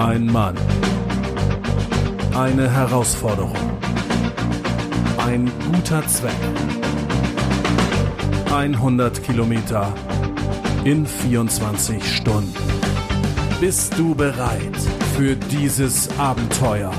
Ein Mann. Eine Herausforderung. Ein guter Zweck. 100 Kilometer in 24 Stunden. Bist du bereit für dieses Abenteuer?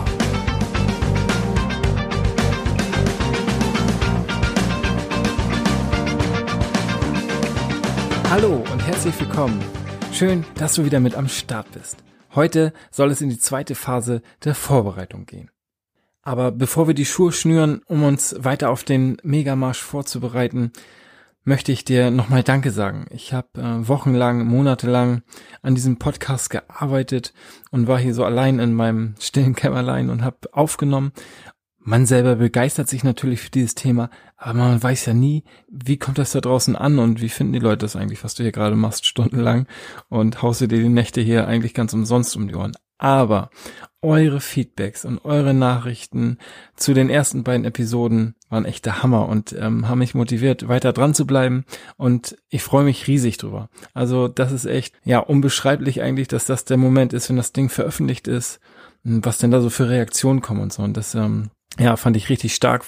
Hallo und herzlich willkommen. Schön, dass du wieder mit am Start bist. Heute soll es in die zweite Phase der Vorbereitung gehen. Aber bevor wir die Schuhe schnüren, um uns weiter auf den Megamarsch vorzubereiten, möchte ich dir nochmal Danke sagen. Ich habe wochenlang, monatelang an diesem Podcast gearbeitet und war hier so allein in meinem stillen Kämmerlein und habe aufgenommen. Man selber begeistert sich natürlich für dieses Thema, aber man weiß ja nie, wie kommt das da draußen an und wie finden die Leute das eigentlich, was du hier gerade machst, stundenlang, und haust dir die Nächte hier eigentlich ganz umsonst um die Ohren. Aber eure Feedbacks und eure Nachrichten zu den ersten beiden Episoden waren echt der Hammer und haben mich motiviert, weiter dran zu bleiben, und ich freue mich riesig drüber. Also das ist echt, ja, unbeschreiblich eigentlich, dass das der Moment ist, wenn das Ding veröffentlicht ist, was denn da so für Reaktionen kommen und so, und das ja, fand ich richtig stark,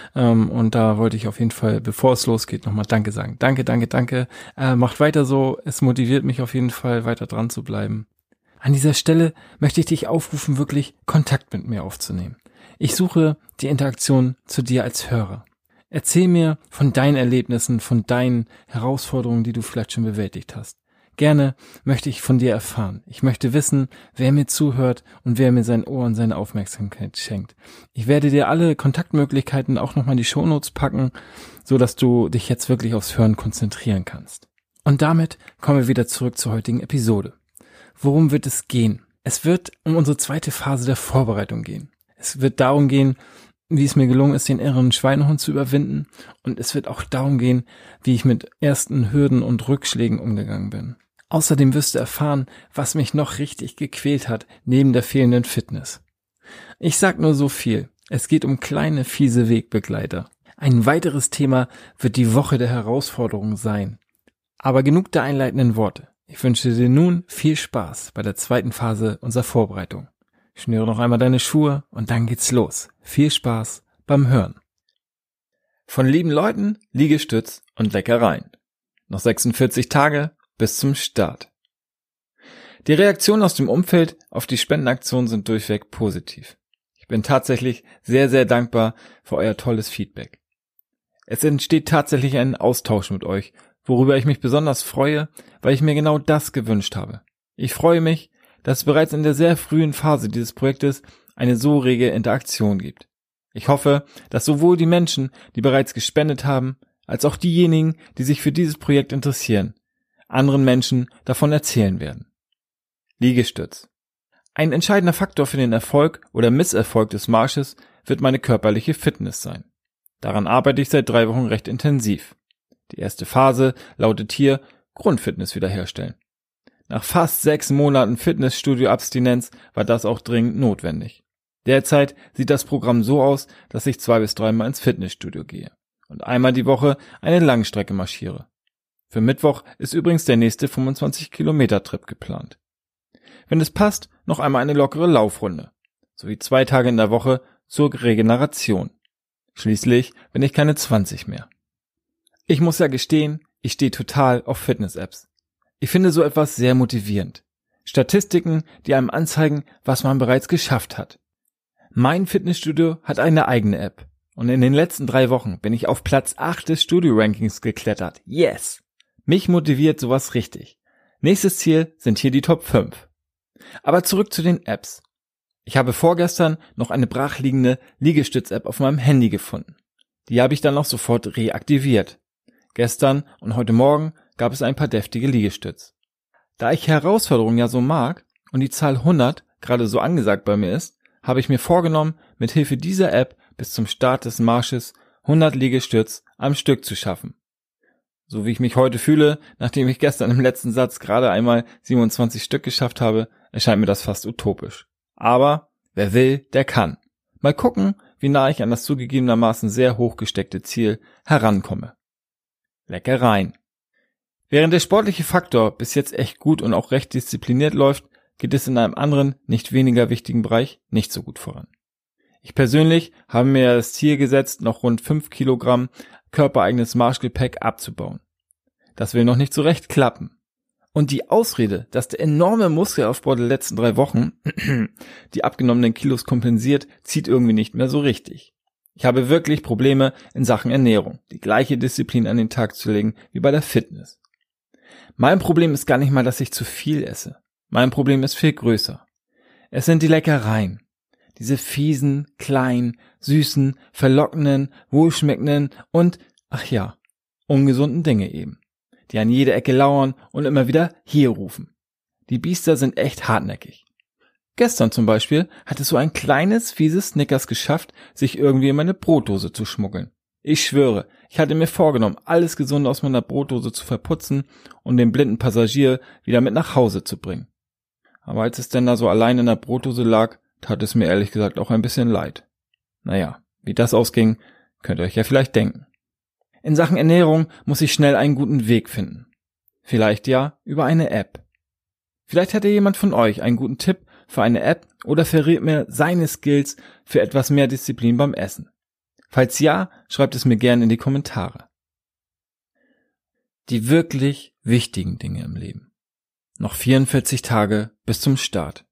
und da wollte ich auf jeden Fall, bevor es losgeht, nochmal Danke sagen. Danke. Macht weiter so, es motiviert mich auf jeden Fall, weiter dran zu bleiben. An dieser Stelle möchte ich dich aufrufen, wirklich Kontakt mit mir aufzunehmen. Ich suche die Interaktion zu dir als Hörer. Erzähl mir von deinen Erlebnissen, von deinen Herausforderungen, die du vielleicht schon bewältigt hast. Gerne möchte ich von dir erfahren. Ich möchte wissen, wer mir zuhört und wer mir sein Ohr und seine Aufmerksamkeit schenkt. Ich werde dir alle Kontaktmöglichkeiten auch nochmal in die Shownotes packen, so dass du dich jetzt wirklich aufs Hören konzentrieren kannst. Und damit kommen wir wieder zurück zur heutigen Episode. Worum wird es gehen? Es wird um unsere zweite Phase der Vorbereitung gehen. Es wird darum gehen, wie es mir gelungen ist, den inneren Schweinehund zu überwinden, und es wird auch darum gehen, wie ich mit ersten Hürden und Rückschlägen umgegangen bin. Außerdem wirst du erfahren, was mich noch richtig gequält hat, neben der fehlenden Fitness. Ich sag nur so viel. Es geht um kleine, fiese Wegbegleiter. Ein weiteres Thema wird die Woche der Herausforderung sein. Aber genug der einleitenden Worte. Ich wünsche dir nun viel Spaß bei der zweiten Phase unserer Vorbereitung. Schnüre noch einmal deine Schuhe und dann geht's los. Viel Spaß beim Hören. Von lieben Leuten, Liegestütz und Leckereien. Noch 46 Tage bis zum Start. Die Reaktionen aus dem Umfeld auf die Spendenaktion sind durchweg positiv. Ich bin tatsächlich sehr, sehr dankbar für euer tolles Feedback. Es entsteht tatsächlich ein Austausch mit euch, worüber ich mich besonders freue, weil ich mir genau das gewünscht habe. Ich freue mich, dass es bereits in der sehr frühen Phase dieses Projektes eine so rege Interaktion gibt. Ich hoffe, dass sowohl die Menschen, die bereits gespendet haben, als auch diejenigen, die sich für dieses Projekt interessieren, anderen Menschen davon erzählen werden. Liegestütz. Ein entscheidender Faktor für den Erfolg oder Misserfolg des Marsches wird meine körperliche Fitness sein. Daran arbeite ich seit 3 Wochen recht intensiv. Die erste Phase lautet hier Grundfitness wiederherstellen. Nach fast 6 Monaten Fitnessstudio-Abstinenz war das auch dringend notwendig. Derzeit sieht das Programm so aus, dass ich 2 bis 3 Mal ins Fitnessstudio gehe und einmal die Woche eine Langstrecke marschiere. Für Mittwoch ist übrigens der nächste 25-Kilometer-Trip geplant. Wenn es passt, noch einmal eine lockere Laufrunde, sowie 2 Tage in der Woche zur Regeneration. Schließlich bin ich keine 20 mehr. Ich muss ja gestehen, ich stehe total auf Fitness-Apps. Ich finde so etwas sehr motivierend. Statistiken, die einem anzeigen, was man bereits geschafft hat. Mein Fitnessstudio hat eine eigene App. Und in den letzten 3 Wochen bin ich auf Platz 8 des Studio-Rankings geklettert. Yes! Mich motiviert sowas richtig. Nächstes Ziel sind hier die Top 5. Aber zurück zu den Apps. Ich habe vorgestern noch eine brachliegende Liegestütz-App auf meinem Handy gefunden. Die habe ich dann auch sofort reaktiviert. Gestern und heute Morgen gab es ein paar deftige Liegestütz. Da ich Herausforderungen ja so mag und die Zahl 100 gerade so angesagt bei mir ist, habe ich mir vorgenommen, mit Hilfe dieser App bis zum Start des Marsches 100 Liegestütz am Stück zu schaffen. So wie ich mich heute fühle, nachdem ich gestern im letzten Satz gerade einmal 27 Stück geschafft habe, erscheint mir das fast utopisch. Aber wer will, der kann. Mal gucken, wie nah ich an das zugegebenermaßen sehr hoch gesteckte Ziel herankomme. Leckereien. Während der sportliche Faktor bis jetzt echt gut und auch recht diszipliniert läuft, geht es in einem anderen, nicht weniger wichtigen Bereich nicht so gut voran. Ich persönlich habe mir das Ziel gesetzt, noch rund 5 Kilogramm körpereigenes Marschgepäck abzubauen. Das will noch nicht so recht klappen. Und die Ausrede, dass der enorme Muskelaufbau der letzten 3 Wochen die abgenommenen Kilos kompensiert, zieht irgendwie nicht mehr so richtig. Ich habe wirklich Probleme in Sachen Ernährung, die gleiche Disziplin an den Tag zu legen wie bei der Fitness. Mein Problem ist gar nicht mal, dass ich zu viel esse. Mein Problem ist viel größer. Es sind die Leckereien. Diese fiesen, kleinen, süßen, verlockenden, wohlschmeckenden und, ach ja, ungesunden Dinge eben, die an jeder Ecke lauern und immer wieder hier rufen. Die Biester sind echt hartnäckig. Gestern zum Beispiel hat es so ein kleines, fieses Snickers geschafft, sich irgendwie in meine Brotdose zu schmuggeln. Ich schwöre, ich hatte mir vorgenommen, alles Gesunde aus meiner Brotdose zu verputzen und den blinden Passagier wieder mit nach Hause zu bringen. Aber als es denn da so allein in der Brotdose lag, tat es mir ehrlich gesagt auch ein bisschen leid. Naja, wie das ausging, könnt ihr euch ja vielleicht denken. In Sachen Ernährung muss ich schnell einen guten Weg finden. Vielleicht ja über eine App. Vielleicht hat ja jemand von euch einen guten Tipp für eine App oder verrät mir seine Skills für etwas mehr Disziplin beim Essen. Falls ja, schreibt es mir gerne in die Kommentare. Die wirklich wichtigen Dinge im Leben. Noch 44 Tage bis zum Start.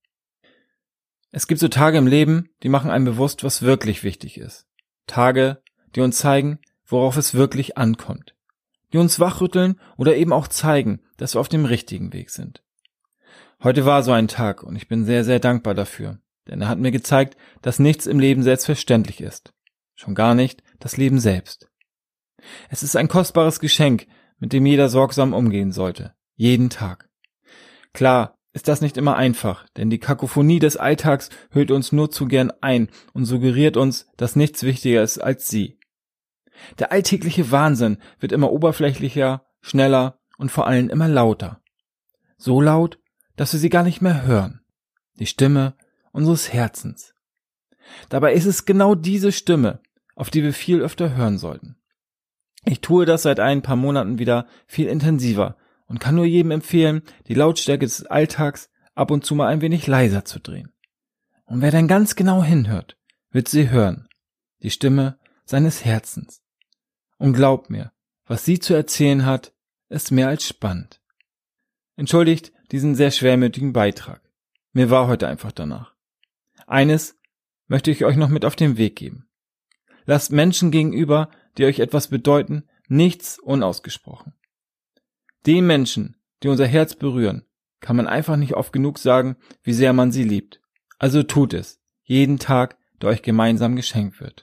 Es gibt so Tage im Leben, die machen einem bewusst, was wirklich wichtig ist. Tage, die uns zeigen, worauf es wirklich ankommt. Die uns wachrütteln oder eben auch zeigen, dass wir auf dem richtigen Weg sind. Heute war so ein Tag und ich bin sehr, sehr dankbar dafür, denn er hat mir gezeigt, dass nichts im Leben selbstverständlich ist. Schon gar nicht das Leben selbst. Es ist ein kostbares Geschenk, mit dem jeder sorgsam umgehen sollte. Jeden Tag. Klar ist das nicht immer einfach, denn die Kakophonie des Alltags hüllt uns nur zu gern ein und suggeriert uns, dass nichts wichtiger ist als sie. Der alltägliche Wahnsinn wird immer oberflächlicher, schneller und vor allem immer lauter. So laut, dass wir sie gar nicht mehr hören. Die Stimme unseres Herzens. Dabei ist es genau diese Stimme, auf die wir viel öfter hören sollten. Ich tue das seit ein paar Monaten wieder viel intensiver und kann nur jedem empfehlen, die Lautstärke des Alltags ab und zu mal ein wenig leiser zu drehen. Und wer dann ganz genau hinhört, wird sie hören. Die Stimme seines Herzens. Und glaubt mir, was sie zu erzählen hat, ist mehr als spannend. Entschuldigt diesen sehr schwermütigen Beitrag. Mir war heute einfach danach. Eines möchte ich euch noch mit auf den Weg geben. Lasst Menschen gegenüber, die euch etwas bedeuten, nichts unausgesprochen. Den Menschen, die unser Herz berühren, kann man einfach nicht oft genug sagen, wie sehr man sie liebt. Also tut es, jeden Tag, der euch gemeinsam geschenkt wird.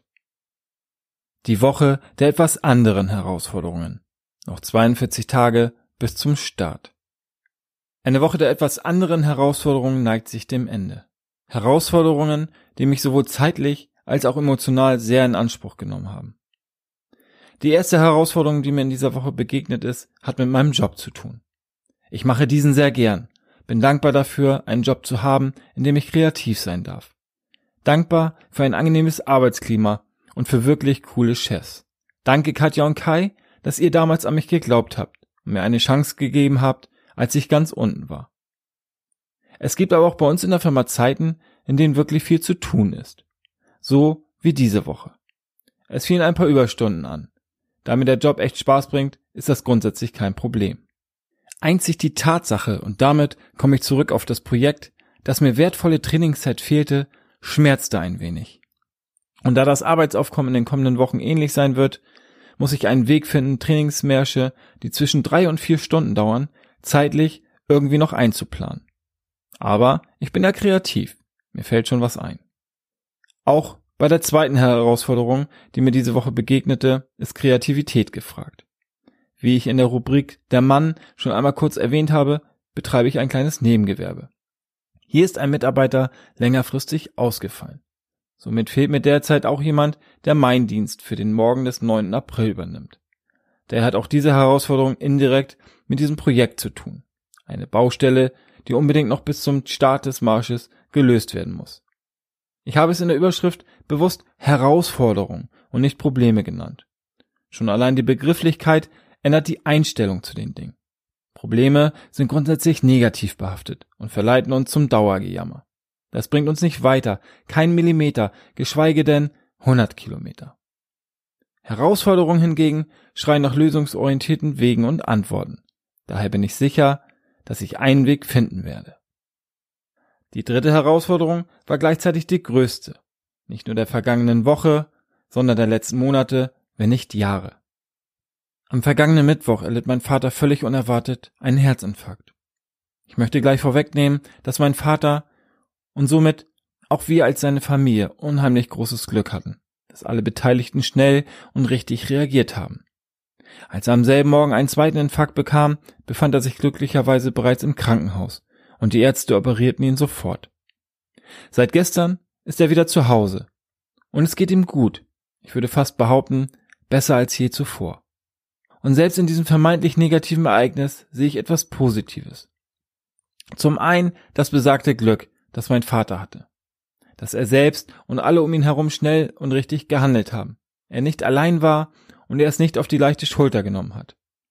Die Woche der etwas anderen Herausforderungen. Noch 42 Tage bis zum Start. Eine Woche der etwas anderen Herausforderungen neigt sich dem Ende. Herausforderungen, die mich sowohl zeitlich als auch emotional sehr in Anspruch genommen haben. Die erste Herausforderung, die mir in dieser Woche begegnet ist, hat mit meinem Job zu tun. Ich mache diesen sehr gern, bin dankbar dafür, einen Job zu haben, in dem ich kreativ sein darf. Dankbar für ein angenehmes Arbeitsklima und für wirklich coole Chefs. Danke Katja und Kai, dass ihr damals an mich geglaubt habt und mir eine Chance gegeben habt, als ich ganz unten war. Es gibt aber auch bei uns in der Firma Zeiten, in denen wirklich viel zu tun ist. So wie diese Woche. Es fielen ein paar Überstunden an. Da mir der Job echt Spaß bringt, ist das grundsätzlich kein Problem. Einzig die Tatsache, und damit komme ich zurück auf das Projekt, dass mir wertvolle Trainingszeit fehlte, schmerzte ein wenig. Und da das Arbeitsaufkommen in den kommenden Wochen ähnlich sein wird, muss ich einen Weg finden, Trainingsmärsche, die zwischen 3 und 4 Stunden dauern, zeitlich irgendwie noch einzuplanen. Aber ich bin ja kreativ. Mir fällt schon was ein. Auch bei der zweiten Herausforderung, die mir diese Woche begegnete, ist Kreativität gefragt. Wie ich in der Rubrik Der Mann schon einmal kurz erwähnt habe, betreibe ich ein kleines Nebengewerbe. Hier ist ein Mitarbeiter längerfristig ausgefallen. Somit fehlt mir derzeit auch jemand, der meinen Dienst für den Morgen des 9. April übernimmt. Daher hat auch diese Herausforderung indirekt mit diesem Projekt zu tun. Eine Baustelle, die unbedingt noch bis zum Start des Marsches gelöst werden muss. Ich habe es in der Überschrift bewusst Herausforderung und nicht Probleme genannt. Schon allein die Begrifflichkeit ändert die Einstellung zu den Dingen. Probleme sind grundsätzlich negativ behaftet und verleiten uns zum Dauergejammer. Das bringt uns nicht weiter, kein Millimeter, geschweige denn 100 Kilometer. Herausforderungen hingegen schreien nach lösungsorientierten Wegen und Antworten. Daher bin ich sicher, dass ich einen Weg finden werde. Die dritte Herausforderung war gleichzeitig die größte. Nicht nur der vergangenen Woche, sondern der letzten Monate, wenn nicht Jahre. Am vergangenen Mittwoch erlitt mein Vater völlig unerwartet einen Herzinfarkt. Ich möchte gleich vorwegnehmen, dass mein Vater und somit auch wir als seine Familie unheimlich großes Glück hatten, dass alle Beteiligten schnell und richtig reagiert haben. Als er am selben Morgen einen zweiten Infarkt bekam, befand er sich glücklicherweise bereits im Krankenhaus und die Ärzte operierten ihn sofort. Seit gestern ist er wieder zu Hause und es geht ihm gut. Ich würde fast behaupten, besser als je zuvor. Und selbst in diesem vermeintlich negativen Ereignis sehe ich etwas Positives. Zum einen das besagte Glück, das mein Vater hatte. Dass er selbst und alle um ihn herum schnell und richtig gehandelt haben. Er nicht allein war und er es nicht auf die leichte Schulter genommen hat.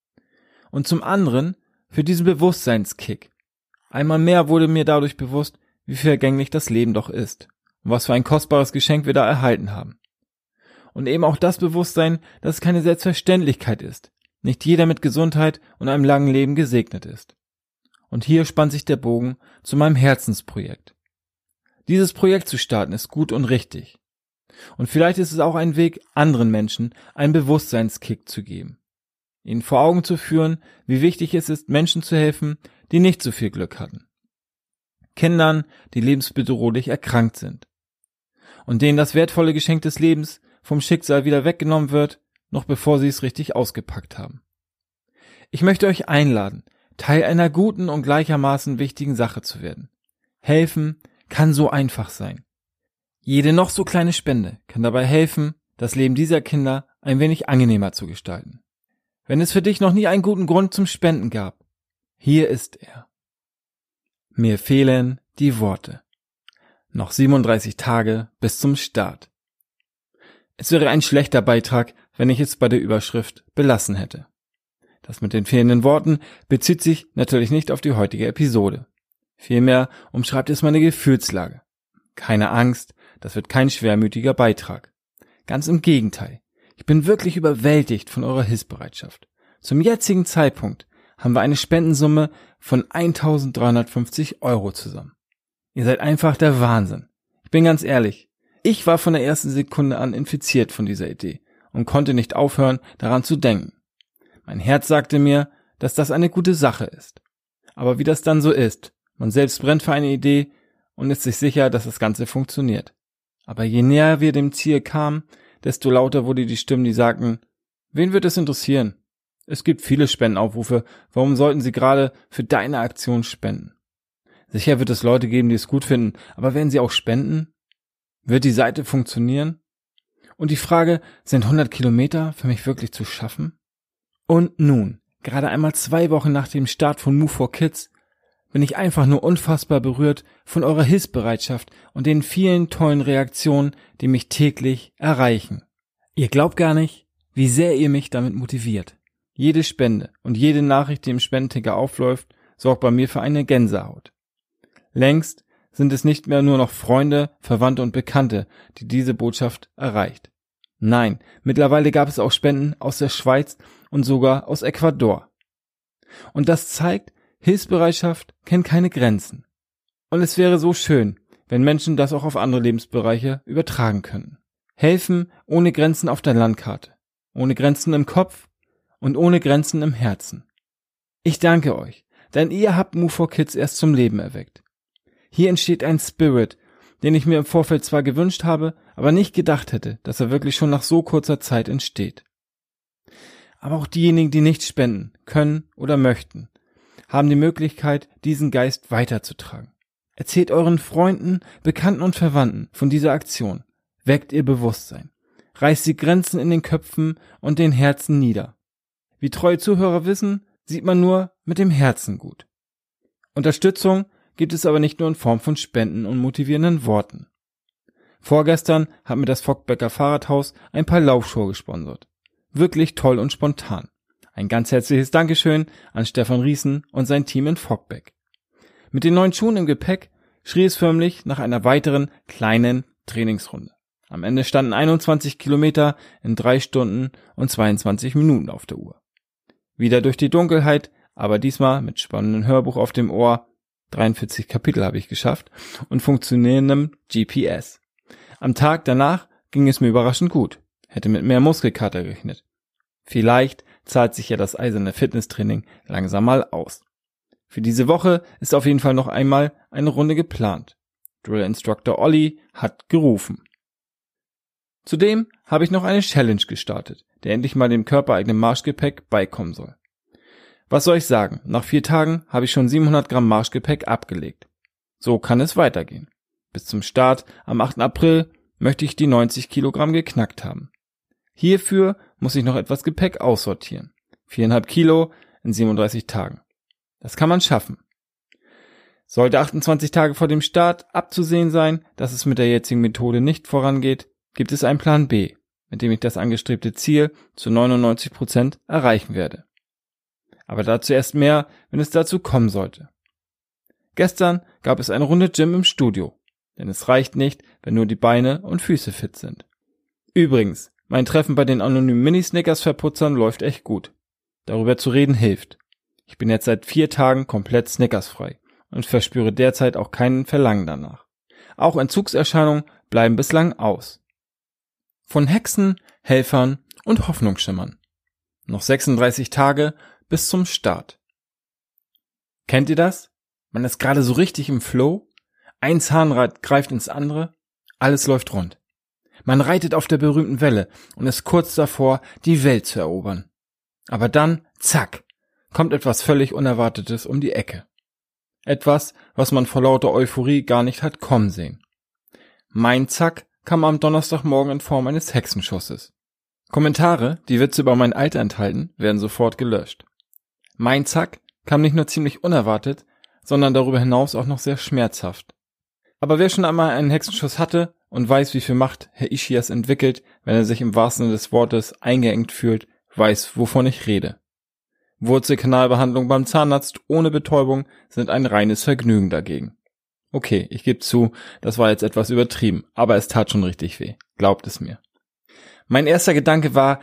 Und zum anderen für diesen Bewusstseinskick. Einmal mehr wurde mir dadurch bewusst, wie vergänglich das Leben doch ist und was für ein kostbares Geschenk wir da erhalten haben. Und eben auch das Bewusstsein, dass es keine Selbstverständlichkeit ist. Nicht jeder mit Gesundheit und einem langen Leben gesegnet ist. Und hier spannt sich der Bogen zu meinem Herzensprojekt. Dieses Projekt zu starten ist gut und richtig. Und vielleicht ist es auch ein Weg, anderen Menschen einen Bewusstseinskick zu geben. Ihnen vor Augen zu führen, wie wichtig es ist, Menschen zu helfen, die nicht so viel Glück hatten. Kindern, die lebensbedrohlich erkrankt sind. Und denen das wertvolle Geschenk des Lebens vom Schicksal wieder weggenommen wird, noch bevor sie es richtig ausgepackt haben. Ich möchte euch einladen, Teil einer guten und gleichermaßen wichtigen Sache zu werden. Helfen kann so einfach sein. Jede noch so kleine Spende kann dabei helfen, das Leben dieser Kinder ein wenig angenehmer zu gestalten. Wenn es für dich noch nie einen guten Grund zum Spenden gab, hier ist er. Mir fehlen die Worte. Noch 37 Tage bis zum Start. Es wäre ein schlechter Beitrag, wenn ich es bei der Überschrift belassen hätte. Das mit den fehlenden Worten bezieht sich natürlich nicht auf die heutige Episode. Vielmehr umschreibt es meine Gefühlslage. Keine Angst, das wird kein schwermütiger Beitrag. Ganz im Gegenteil. Ich bin wirklich überwältigt von eurer Hilfsbereitschaft. Zum jetzigen Zeitpunkt haben wir eine Spendensumme von 1.350 € zusammen. Ihr seid einfach der Wahnsinn. Ich bin ganz ehrlich, ich war von der ersten Sekunde an infiziert von dieser Idee und konnte nicht aufhören, daran zu denken. Mein Herz sagte mir, dass das eine gute Sache ist. Aber wie das dann so ist, man selbst brennt für eine Idee und ist sich sicher, dass das Ganze funktioniert. Aber je näher wir dem Ziel kamen, desto lauter wurde die Stimmen, die sagten, wen wird es interessieren? Es gibt viele Spendenaufrufe, warum sollten sie gerade für deine Aktion spenden? Sicher wird es Leute geben, die es gut finden, aber werden sie auch spenden? Wird die Seite funktionieren? Und die Frage, sind 100 Kilometer für mich wirklich zu schaffen? Und nun, gerade einmal 2 Wochen nach dem Start von Move4Kids, bin ich einfach nur unfassbar berührt von eurer Hilfsbereitschaft und den vielen tollen Reaktionen, die mich täglich erreichen. Ihr glaubt gar nicht, wie sehr ihr mich damit motiviert. Jede Spende und jede Nachricht, die im Spendenticker aufläuft, sorgt bei mir für eine Gänsehaut. Längst sind es nicht mehr nur noch Freunde, Verwandte und Bekannte, die diese Botschaft erreicht. Nein, mittlerweile gab es auch Spenden aus der Schweiz und sogar aus Ecuador. Und das zeigt, Hilfsbereitschaft kennt keine Grenzen. Und es wäre so schön, wenn Menschen das auch auf andere Lebensbereiche übertragen könnten. Helfen ohne Grenzen auf der Landkarte, ohne Grenzen im Kopf und ohne Grenzen im Herzen. Ich danke euch, denn ihr habt Move4Kids erst zum Leben erweckt. Hier entsteht ein Spirit, den ich mir im Vorfeld zwar gewünscht habe, aber nicht gedacht hätte, dass er wirklich schon nach so kurzer Zeit entsteht. Aber auch diejenigen, die nicht spenden, können oder möchten, haben die Möglichkeit, diesen Geist weiterzutragen. Erzählt euren Freunden, Bekannten und Verwandten von dieser Aktion. Weckt ihr Bewusstsein. Reißt die Grenzen in den Köpfen und den Herzen nieder. Wie treue Zuhörer wissen, sieht man nur mit dem Herzen gut. Unterstützung gibt es aber nicht nur in Form von Spenden und motivierenden Worten. Vorgestern hat mir das Vogt-Becker Fahrradhaus ein paar Laufschuhe gesponsert. Wirklich toll und spontan. Ein ganz herzliches Dankeschön an Stefan Riesen und sein Team in Fockbeck. Mit den neuen Schuhen im Gepäck schrie es förmlich nach einer weiteren kleinen Trainingsrunde. Am Ende standen 21 Kilometer in 3 Stunden und 22 Minuten auf der Uhr. Wieder durch die Dunkelheit, aber diesmal mit spannendem Hörbuch auf dem Ohr, 43 Kapitel habe ich geschafft, und funktionierendem GPS. Am Tag danach ging es mir überraschend gut, hätte mit mehr Muskelkater gerechnet. Vielleicht zahlt sich ja das eiserne Fitnesstraining langsam mal aus. Für diese Woche ist auf jeden Fall noch einmal eine Runde geplant. Drill Instructor Olli hat gerufen. Zudem habe ich noch eine Challenge gestartet, der endlich mal dem körpereigenen Marschgepäck beikommen soll. Was soll ich sagen? Nach 4 Tagen habe ich schon 700 Gramm Marschgepäck abgelegt. So kann es weitergehen. Bis zum Start am 8. April möchte ich die 90 Kilogramm geknackt haben. Hierfür muss ich noch etwas Gepäck aussortieren. 4,5 Kilo in 37 Tagen. Das kann man schaffen. Sollte 28 Tage vor dem Start abzusehen sein, dass es mit der jetzigen Methode nicht vorangeht, gibt es einen Plan B, mit dem ich das angestrebte Ziel zu 99% erreichen werde. Aber dazu erst mehr, wenn es dazu kommen sollte. Gestern gab es eine Runde Gym im Studio, denn es reicht nicht, wenn nur die Beine und Füße fit sind. Übrigens, mein Treffen bei den anonymen Mini-Snickers-Verputzern läuft echt gut. Darüber zu reden hilft. Ich bin jetzt seit 4 Tagen komplett Snickers-frei und verspüre derzeit auch keinen Verlangen danach. Auch Entzugserscheinungen bleiben bislang aus. Von Hexen, Helfern und Hoffnungsschimmern. Noch 36 Tage bis zum Start. Kennt ihr das? Man ist gerade so richtig im Flow. Ein Zahnrad greift ins andere. Alles läuft rund. Man reitet auf der berühmten Welle und ist kurz davor, die Welt zu erobern. Aber dann, zack, kommt etwas völlig Unerwartetes um die Ecke. Etwas, was man vor lauter Euphorie gar nicht hat kommen sehen. Mein Zack kam am Donnerstagmorgen in Form eines Hexenschusses. Kommentare, die Witze über mein Alter enthalten, werden sofort gelöscht. Mein Zack kam nicht nur ziemlich unerwartet, sondern darüber hinaus auch noch sehr schmerzhaft. Aber wer schon einmal einen Hexenschuss hatte und weiß, wie viel Macht Herr Ischias entwickelt, wenn er sich im wahrsten Sinne des Wortes eingeengt fühlt, weiß, wovon ich rede. Wurzelkanalbehandlung beim Zahnarzt ohne Betäubung sind ein reines Vergnügen dagegen. Okay, ich gebe zu, das war jetzt etwas übertrieben, aber es tat schon richtig weh. Glaubt es mir. Mein erster Gedanke war,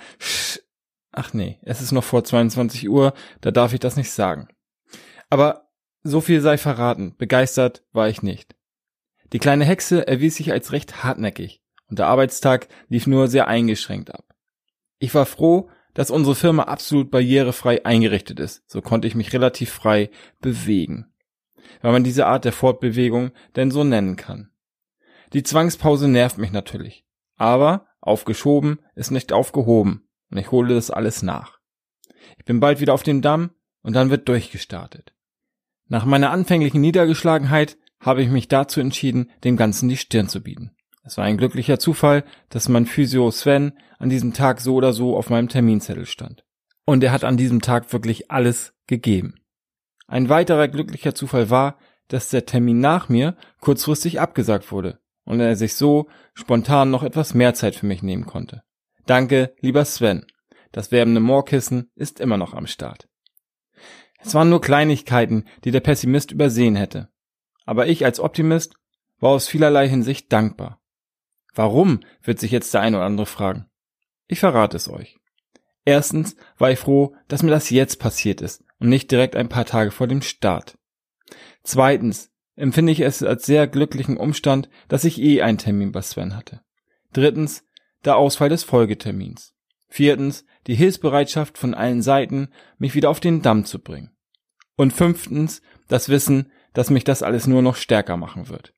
ach nee, es ist noch vor 22 Uhr, da darf ich das nicht sagen. Aber so viel sei verraten, begeistert war ich nicht. Die kleine Hexe erwies sich als recht hartnäckig und der Arbeitstag lief nur sehr eingeschränkt ab. Ich war froh, dass unsere Firma absolut barrierefrei eingerichtet ist, so konnte ich mich relativ frei bewegen. Wenn man diese Art der Fortbewegung denn so nennen kann. Die Zwangspause nervt mich natürlich, aber aufgeschoben ist nicht aufgehoben und ich hole das alles nach. Ich bin bald wieder auf dem Damm und dann wird durchgestartet. Nach meiner anfänglichen Niedergeschlagenheit habe ich mich dazu entschieden, dem Ganzen die Stirn zu bieten. Es war ein glücklicher Zufall, dass mein Physio Sven an diesem Tag so oder so auf meinem Terminzettel stand. Und er hat an diesem Tag wirklich alles gegeben. Ein weiterer glücklicher Zufall war, dass der Termin nach mir kurzfristig abgesagt wurde und er sich so spontan noch etwas mehr Zeit für mich nehmen konnte. Danke, lieber Sven. Das wärmende Moorkissen ist immer noch am Start. Es waren nur Kleinigkeiten, die der Pessimist übersehen hätte. Aber ich als Optimist war aus vielerlei Hinsicht dankbar. Warum, wird sich jetzt der eine oder andere fragen. Ich verrate es euch. Erstens war ich froh, dass mir das jetzt passiert ist und nicht direkt ein paar Tage vor dem Start. Zweitens empfinde ich es als sehr glücklichen Umstand, dass ich einen Termin bei Sven hatte. Drittens der Ausfall des Folgetermins. Viertens die Hilfsbereitschaft von allen Seiten, mich wieder auf den Damm zu bringen. Und fünftens das Wissen, dass mich das alles nur noch stärker machen wird.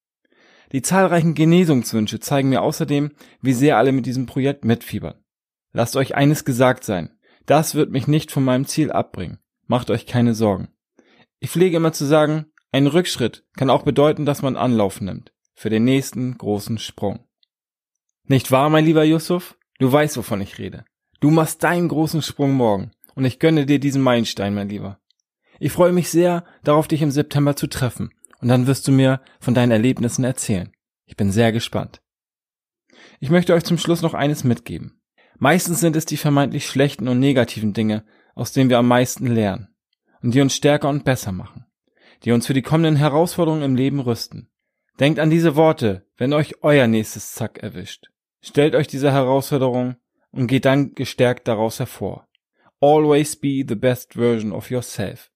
Die zahlreichen Genesungswünsche zeigen mir außerdem, wie sehr alle mit diesem Projekt mitfiebern. Lasst euch eines gesagt sein, das wird mich nicht von meinem Ziel abbringen. Macht euch keine Sorgen. Ich pflege immer zu sagen, ein Rückschritt kann auch bedeuten, dass man Anlauf nimmt für den nächsten großen Sprung. Nicht wahr, mein lieber Yusuf? Du weißt, wovon ich rede. Du machst deinen großen Sprung morgen und ich gönne dir diesen Meilenstein, mein Lieber. Ich freue mich sehr, darauf dich im September zu treffen und dann wirst du mir von deinen Erlebnissen erzählen. Ich bin sehr gespannt. Ich möchte euch zum Schluss noch eines mitgeben. Meistens sind es die vermeintlich schlechten und negativen Dinge, aus denen wir am meisten lernen und die uns stärker und besser machen, die uns für die kommenden Herausforderungen im Leben rüsten. Denkt an diese Worte, wenn euch euer nächstes Zack erwischt. Stellt euch diese Herausforderung und geht dann gestärkt daraus hervor. Always be the best version of yourself.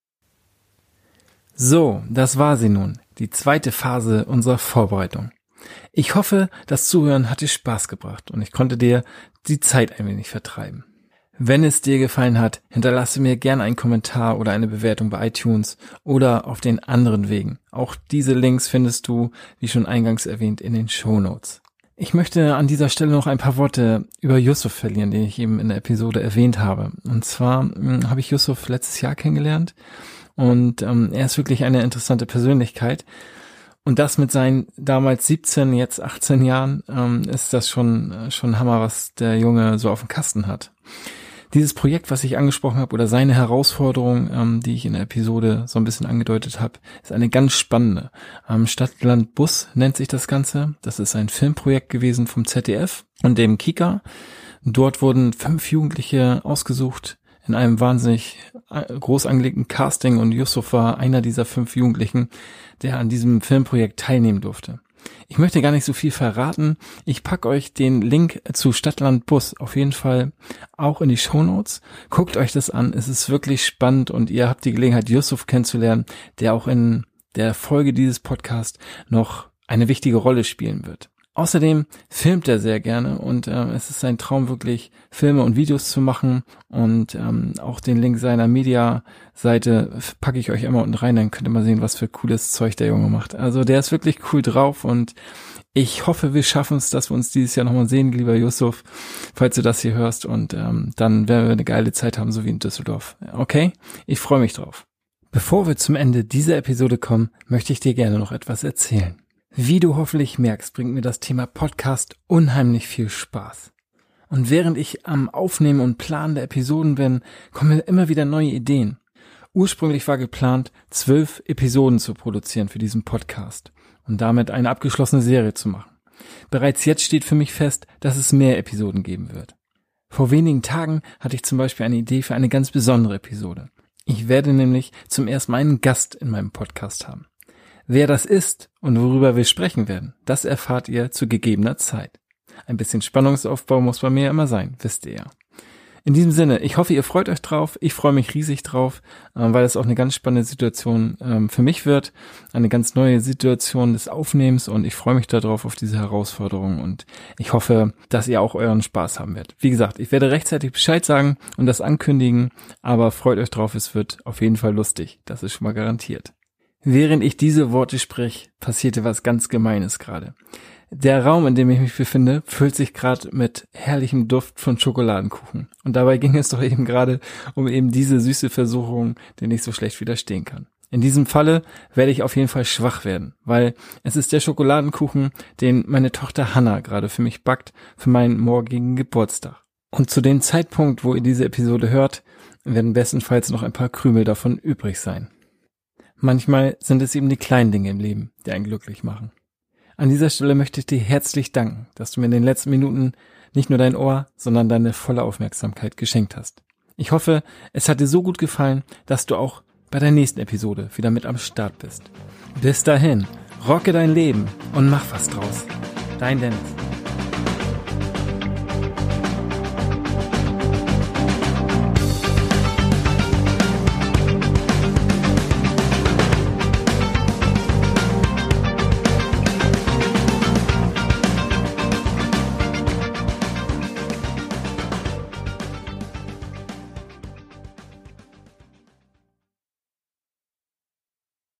So, das war sie nun, die zweite Phase unserer Vorbereitung. Ich hoffe, das Zuhören hat dir Spaß gebracht und ich konnte dir die Zeit ein wenig vertreiben. Wenn es dir gefallen hat, hinterlasse mir gerne einen Kommentar oder eine Bewertung bei iTunes oder auf den anderen Wegen. Auch diese Links findest du, wie schon eingangs erwähnt, in den Shownotes. Ich möchte an dieser Stelle noch ein paar Worte über Yusuf verlieren, den ich eben in der Episode erwähnt habe. Und zwar habe ich Yusuf letztes Jahr kennengelernt und er ist wirklich eine interessante Persönlichkeit. Und das mit seinen damals 17, jetzt 18 Jahren ist das schon Hammer, was der Junge so auf dem Kasten hat. Dieses Projekt, was ich angesprochen habe, oder seine Herausforderung, die ich in der Episode so ein bisschen angedeutet habe, ist eine ganz spannende. Stadt, Land, Bus nennt sich das Ganze. Das ist ein Filmprojekt gewesen vom ZDF und dem Kika. Dort wurden 5 Jugendliche ausgesucht in einem wahnsinnig groß angelegten Casting und Yusuf war einer dieser 5 Jugendlichen, der an diesem Filmprojekt teilnehmen durfte. Ich möchte gar nicht so viel verraten. Ich packe euch den Link zu Stadt, Land, Bus auf jeden Fall auch in die Shownotes. Guckt euch das an. Es ist wirklich spannend und ihr habt die Gelegenheit, Yusuf kennenzulernen, der auch in der Folge dieses Podcasts noch eine wichtige Rolle spielen wird. Außerdem filmt er sehr gerne und es ist sein Traum, wirklich Filme und Videos zu machen und auch den Link seiner Media-Seite packe ich euch immer unten rein, dann könnt ihr mal sehen, was für cooles Zeug der Junge macht. Also der ist wirklich cool drauf und ich hoffe, wir schaffen es, dass wir uns dieses Jahr nochmal sehen, lieber Yusuf, falls du das hier hörst und dann werden wir eine geile Zeit haben, so wie in Düsseldorf. Okay? Ich freue mich drauf. Bevor wir zum Ende dieser Episode kommen, möchte ich dir gerne noch etwas erzählen. Wie du hoffentlich merkst, bringt mir das Thema Podcast unheimlich viel Spaß. Und während ich am Aufnehmen und Planen der Episoden bin, kommen mir immer wieder neue Ideen. Ursprünglich war geplant, 12 Episoden zu produzieren für diesen Podcast und damit eine abgeschlossene Serie zu machen. Bereits jetzt steht für mich fest, dass es mehr Episoden geben wird. Vor wenigen Tagen hatte ich zum Beispiel eine Idee für eine ganz besondere Episode. Ich werde nämlich zum ersten Mal einen Gast in meinem Podcast haben. Wer das ist und worüber wir sprechen werden, das erfahrt ihr zu gegebener Zeit. Ein bisschen Spannungsaufbau muss bei mir immer sein, wisst ihr ja. In diesem Sinne, ich hoffe, ihr freut euch drauf. Ich freue mich riesig drauf, weil es auch eine ganz spannende Situation für mich wird. Eine ganz neue Situation des Aufnehmens und ich freue mich darauf, auf diese Herausforderung und ich hoffe, dass ihr auch euren Spaß haben werdet. Wie gesagt, ich werde rechtzeitig Bescheid sagen und das ankündigen, aber freut euch drauf, es wird auf jeden Fall lustig. Das ist schon mal garantiert. Während ich diese Worte sprich, passierte was ganz Gemeines gerade. Der Raum, in dem ich mich befinde, füllt sich gerade mit herrlichem Duft von Schokoladenkuchen. Und dabei ging es doch eben gerade um eben diese süße Versuchung, der nicht so schlecht widerstehen kann. In diesem Falle werde ich auf jeden Fall schwach werden, weil es ist der Schokoladenkuchen, den meine Tochter Hannah gerade für mich backt, für meinen morgigen Geburtstag. Und zu dem Zeitpunkt, wo ihr diese Episode hört, werden bestenfalls noch ein paar Krümel davon übrig sein. Manchmal sind es eben die kleinen Dinge im Leben, die einen glücklich machen. An dieser Stelle möchte ich dir herzlich danken, dass du mir in den letzten Minuten nicht nur dein Ohr, sondern deine volle Aufmerksamkeit geschenkt hast. Ich hoffe, es hat dir so gut gefallen, dass du auch bei der nächsten Episode wieder mit am Start bist. Bis dahin, rocke dein Leben und mach was draus. Dein Dennis.